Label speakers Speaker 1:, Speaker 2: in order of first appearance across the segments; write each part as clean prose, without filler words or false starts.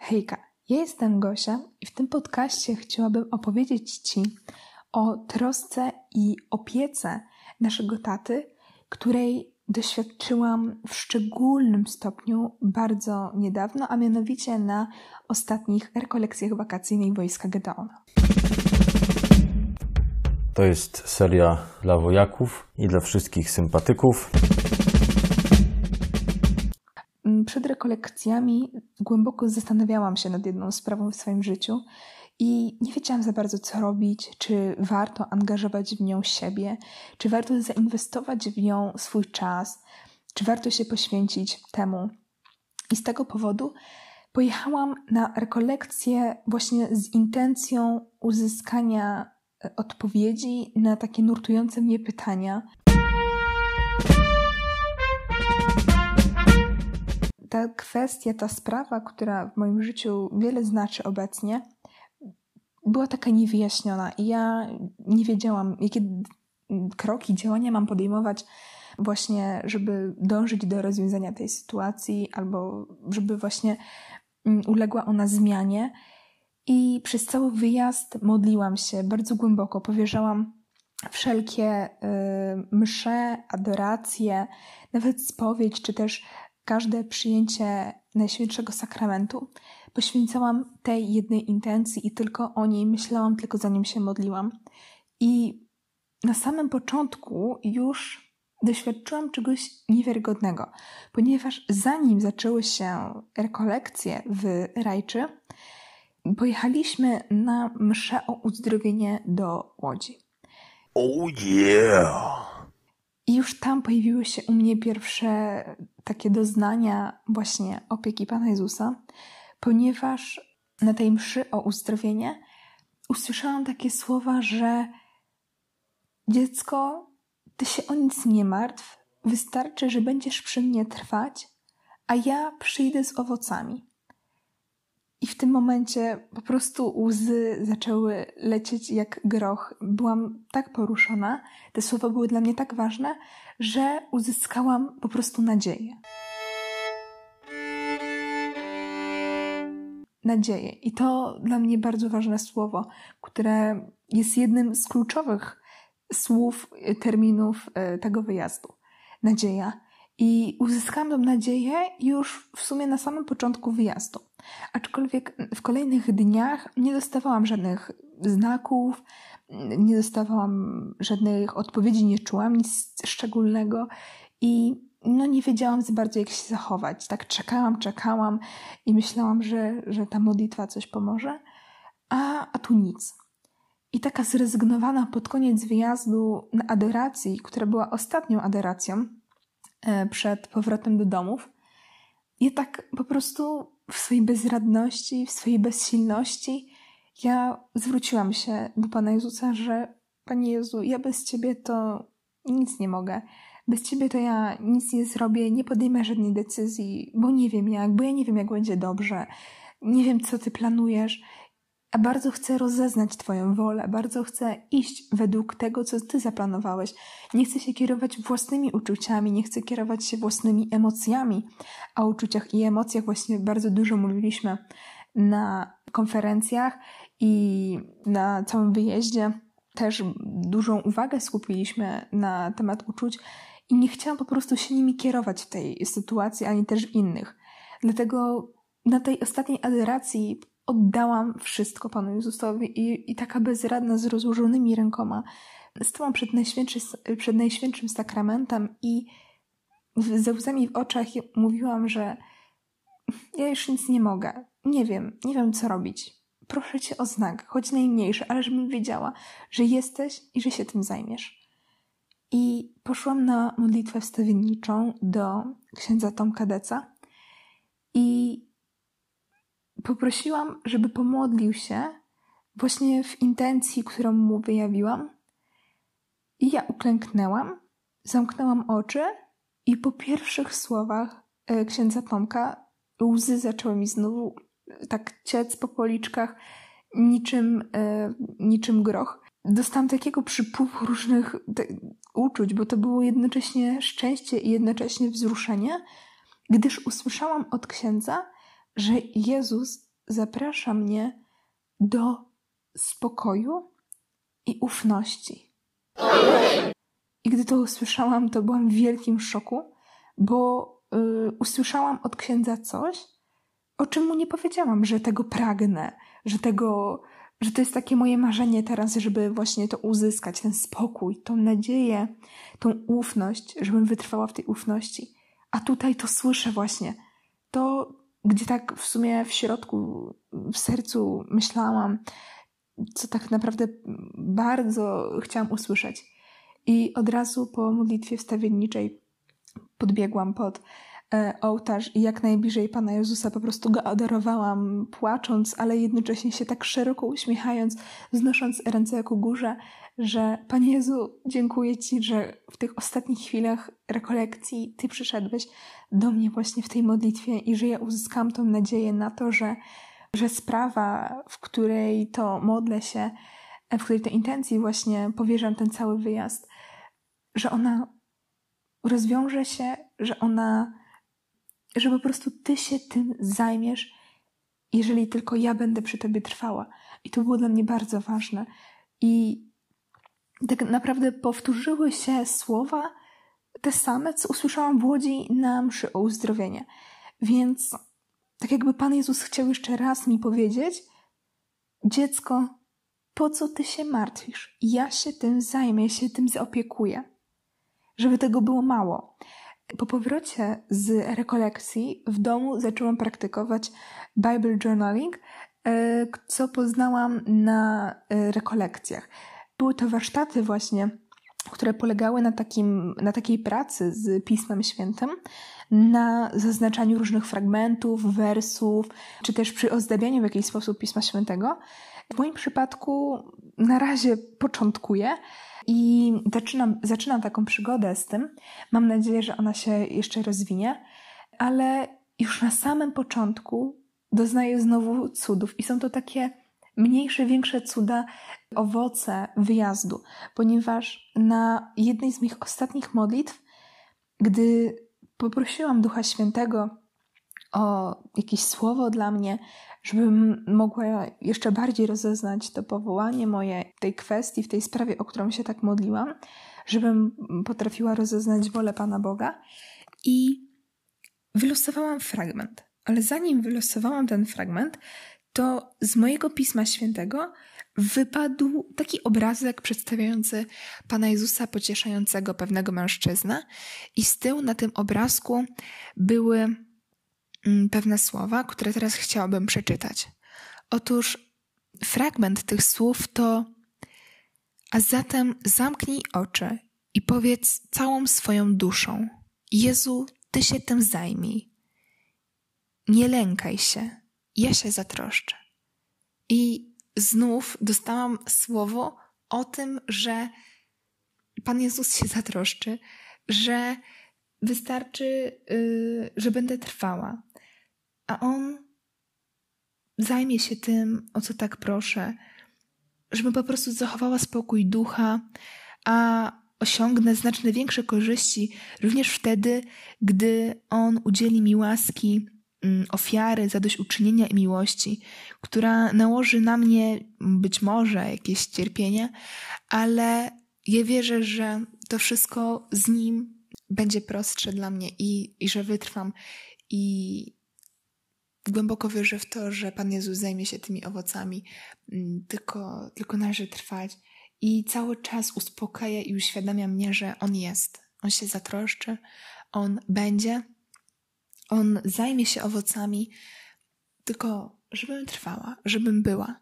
Speaker 1: Hejka, ja jestem Gosia i w tym podcaście chciałabym opowiedzieć Ci o trosce i opiece naszego taty, której doświadczyłam w szczególnym stopniu bardzo niedawno, a mianowicie na ostatnich rekolekcjach wakacyjnej Wojska Gedeona.
Speaker 2: To jest seria dla wojaków i dla wszystkich sympatyków.
Speaker 1: Przed rekolekcjami głęboko zastanawiałam się nad jedną sprawą w swoim życiu i nie wiedziałam za bardzo, co robić, czy warto angażować w nią siebie, czy warto zainwestować w nią swój czas, czy warto się poświęcić temu. I z tego powodu pojechałam na rekolekcję właśnie z intencją uzyskania odpowiedzi na takie nurtujące mnie pytania. Ta kwestia, ta sprawa, która w moim życiu wiele znaczy obecnie, była taka niewyjaśniona i ja nie wiedziałam, jakie kroki, działania mam podejmować właśnie, żeby dążyć do rozwiązania tej sytuacji albo żeby właśnie uległa ona zmianie. I przez cały wyjazd modliłam się bardzo głęboko, powierzałam wszelkie msze, adoracje, nawet spowiedź, czy też każde przyjęcie Najświętszego Sakramentu poświęcałam tej jednej intencji i tylko o niej myślałam, tylko za nim się modliłam. I na samym początku już doświadczyłam czegoś niewiarygodnego, ponieważ zanim zaczęły się rekolekcje w Rajczy, pojechaliśmy na mszę o uzdrowienie do Łodzi.
Speaker 2: Oh yeah!
Speaker 1: I już tam pojawiły się u mnie pierwsze takie doznania właśnie opieki Pana Jezusa, ponieważ na tej mszy o uzdrowienie usłyszałam takie słowa, że dziecko, ty się o nic nie martw, wystarczy, że będziesz przy mnie trwać, a ja przyjdę z owocami. I w tym momencie po prostu łzy zaczęły lecieć jak groch. Byłam tak poruszona, te słowa były dla mnie tak ważne, że uzyskałam po prostu nadzieję. Nadzieję. I to dla mnie bardzo ważne słowo, które jest jednym z kluczowych słów, terminów tego wyjazdu. Nadzieja. I uzyskałam tę nadzieję już w sumie na samym początku wyjazdu. Aczkolwiek w kolejnych dniach nie dostawałam żadnych znaków, nie dostawałam żadnych odpowiedzi, nie czułam nic szczególnego i nie wiedziałam za bardzo, jak się zachować. Tak czekałam i myślałam, że ta modlitwa coś pomoże, a tu nic. I taka zrezygnowana pod koniec wyjazdu na adoracji, która była ostatnią adoracją przed powrotem do domów, ja tak po prostu w swojej bezradności, w swojej bezsilności, ja zwróciłam się do Pana Jezusa, że Panie Jezu, ja bez Ciebie to nic nie mogę. Bez Ciebie to ja nic nie zrobię, nie podejmę żadnej decyzji, bo nie wiem jak, bo ja nie wiem, jak będzie dobrze. Nie wiem, co Ty planujesz, a bardzo chcę rozeznać Twoją wolę, bardzo chcę iść według tego, co Ty zaplanowałeś. Nie chcę się kierować własnymi uczuciami, nie chcę kierować się własnymi emocjami. A o uczuciach i emocjach właśnie bardzo dużo mówiliśmy na konferencjach i na całym wyjeździe. Też dużą uwagę skupiliśmy na temat uczuć i nie chciałam po prostu się nimi kierować w tej sytuacji, ani też w innych. Dlatego na tej ostatniej adoracji oddałam wszystko Panu Jezusowi i taka bezradna, z rozłożonymi rękoma stałam przed Najświętszym Sakramentem i ze łzami w oczach mówiłam, że ja już nic nie mogę. Nie wiem co robić. Proszę Cię o znak, choć najmniejszy, ale żebym wiedziała, że jesteś i że się tym zajmiesz. I poszłam na modlitwę wstawienniczą do księdza Tomka Deca i poprosiłam, żeby pomodlił się właśnie w intencji, którą mu wyjawiłam. I ja uklęknęłam, zamknęłam oczy i po pierwszych słowach księdza Tomka łzy zaczęły mi znowu tak ciec po policzkach niczym groch. Dostałam takiego przypływu różnych uczuć, bo to było jednocześnie szczęście i jednocześnie wzruszenie, gdyż usłyszałam od księdza, że Jezus zaprasza mnie do spokoju i ufności. I gdy to usłyszałam, to byłam w wielkim szoku, bo usłyszałam od księdza coś, o czym mu nie powiedziałam, że tego pragnę, że to jest takie moje marzenie teraz, żeby właśnie to uzyskać, ten spokój, tą nadzieję, tą ufność, żebym wytrwała w tej ufności. A tutaj to słyszę właśnie. To, gdzie tak w sumie w środku, w sercu myślałam, co tak naprawdę bardzo chciałam usłyszeć. I od razu po modlitwie wstawienniczej podbiegłam pod ołtarz i jak najbliżej Pana Jezusa po prostu go adorowałam, płacząc, ale jednocześnie się tak szeroko uśmiechając, wznosząc ręce ku górze, że Panie Jezu, dziękuję Ci, że w tych ostatnich chwilach rekolekcji Ty przyszedłeś do mnie właśnie w tej modlitwie i że ja uzyskałam tą nadzieję na to, że sprawa, w której to modlę się, w której tej intencji właśnie powierzam ten cały wyjazd, że ona rozwiąże się, że po prostu Ty się tym zajmiesz, jeżeli tylko ja będę przy Tobie trwała. I to było dla mnie bardzo ważne. I tak naprawdę powtórzyły się słowa te same, co usłyszałam w Łodzi na mszy o uzdrowienie. Więc tak jakby Pan Jezus chciał jeszcze raz mi powiedzieć: dziecko, po co Ty się martwisz? Ja się tym zajmę, ja się tym zaopiekuję. Żeby tego było mało. Po powrocie z rekolekcji w domu zaczęłam praktykować Bible Journaling, co poznałam na rekolekcjach. Były to warsztaty właśnie, które polegały na takiej pracy z Pismem Świętym, na zaznaczaniu różnych fragmentów, wersów, czy też przy ozdabianiu w jakiś sposób Pisma Świętego. W moim przypadku na razie początkuję i zaczynam taką przygodę z tym. Mam nadzieję, że ona się jeszcze rozwinie, ale już na samym początku doznaję znowu cudów i są to takie mniejsze, większe cuda, owoce wyjazdu, ponieważ na jednej z moich ostatnich modlitw, gdy poprosiłam Ducha Świętego o jakieś słowo dla mnie, żebym mogła jeszcze bardziej rozeznać to powołanie moje w tej kwestii, w tej sprawie, o którą się tak modliłam, żebym potrafiła rozeznać wolę Pana Boga. I wylosowałam fragment. Ale zanim wylosowałam ten fragment, to z mojego Pisma Świętego wypadł taki obrazek przedstawiający Pana Jezusa pocieszającego pewnego mężczyznę i z tyłu na tym obrazku były pewne słowa, które teraz chciałabym przeczytać. Otóż fragment tych słów to: a zatem zamknij oczy i powiedz całą swoją duszą: Jezu, Ty się tym zajmij. Nie lękaj się, ja się zatroszczę. I znów dostałam słowo o tym, że Pan Jezus się zatroszczy, że wystarczy, że będę trwała, a On zajmie się tym, o co tak proszę, żebym po prostu zachowała spokój ducha, a osiągnę znacznie większe korzyści również wtedy, gdy On udzieli mi łaski, ofiary, zadośćuczynienia i miłości, która nałoży na mnie być może jakieś cierpienie, ale ja wierzę, że to wszystko z Nim będzie prostsze dla mnie i że wytrwam i głęboko wierzę w to, że Pan Jezus zajmie się tymi owocami, tylko należy trwać i cały czas uspokaja i uświadamia mnie, że On jest, On się zatroszczy, On będzie, On zajmie się owocami, tylko żebym trwała, żebym była.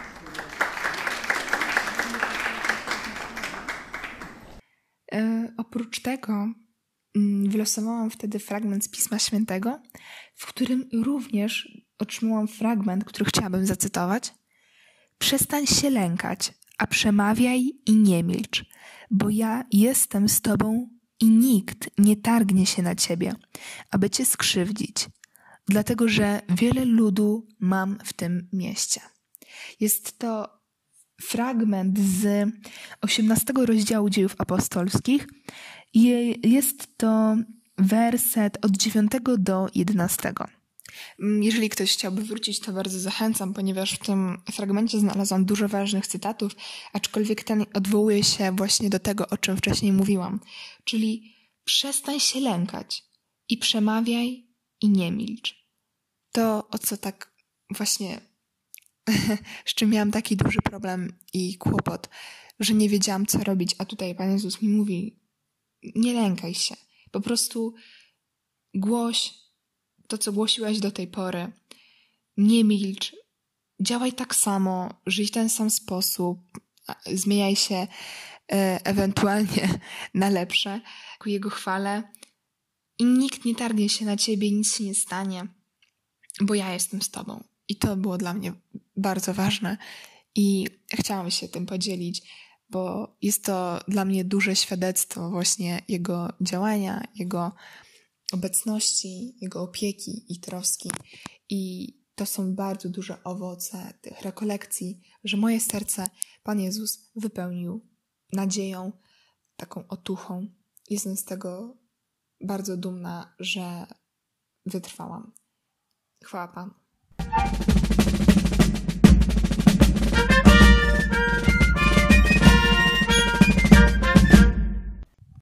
Speaker 1: Oprócz tego wylosowałam wtedy fragment z Pisma Świętego, w którym również otrzymałam fragment, który chciałabym zacytować. Przestań się lękać, a przemawiaj i nie milcz, bo ja jestem z Tobą i nikt nie targnie się na Ciebie, aby Cię skrzywdzić, dlatego że wiele ludu mam w tym mieście. Jest to fragment z 18 rozdziału Dziejów Apostolskich. Jest to werset od 9 do 11. Jeżeli ktoś chciałby wrócić, to bardzo zachęcam, ponieważ w tym fragmencie znalazłam dużo ważnych cytatów, aczkolwiek ten odwołuje się właśnie do tego, o czym wcześniej mówiłam. Czyli przestań się lękać i przemawiaj i nie milcz. To, o co tak właśnie, z czym miałam taki duży problem i kłopot, że nie wiedziałam, co robić, a tutaj Pan Jezus mi mówi, nie lękaj się, po prostu głoś to, co głosiłaś do tej pory. Nie milcz. Działaj tak samo, żyj w ten sam sposób, zmieniaj się ewentualnie na lepsze ku Jego chwale i nikt nie targnie się na ciebie, nic się nie stanie, bo ja jestem z tobą. I to było dla mnie bardzo ważne i chciałam się tym podzielić, bo jest to dla mnie duże świadectwo właśnie Jego działania, Jego obecności, Jego opieki i troski. I to są bardzo duże owoce tych rekolekcji, że moje serce Pan Jezus wypełnił nadzieją, taką otuchą. Jestem z tego bardzo dumna, że wytrwałam. Chwała Panu.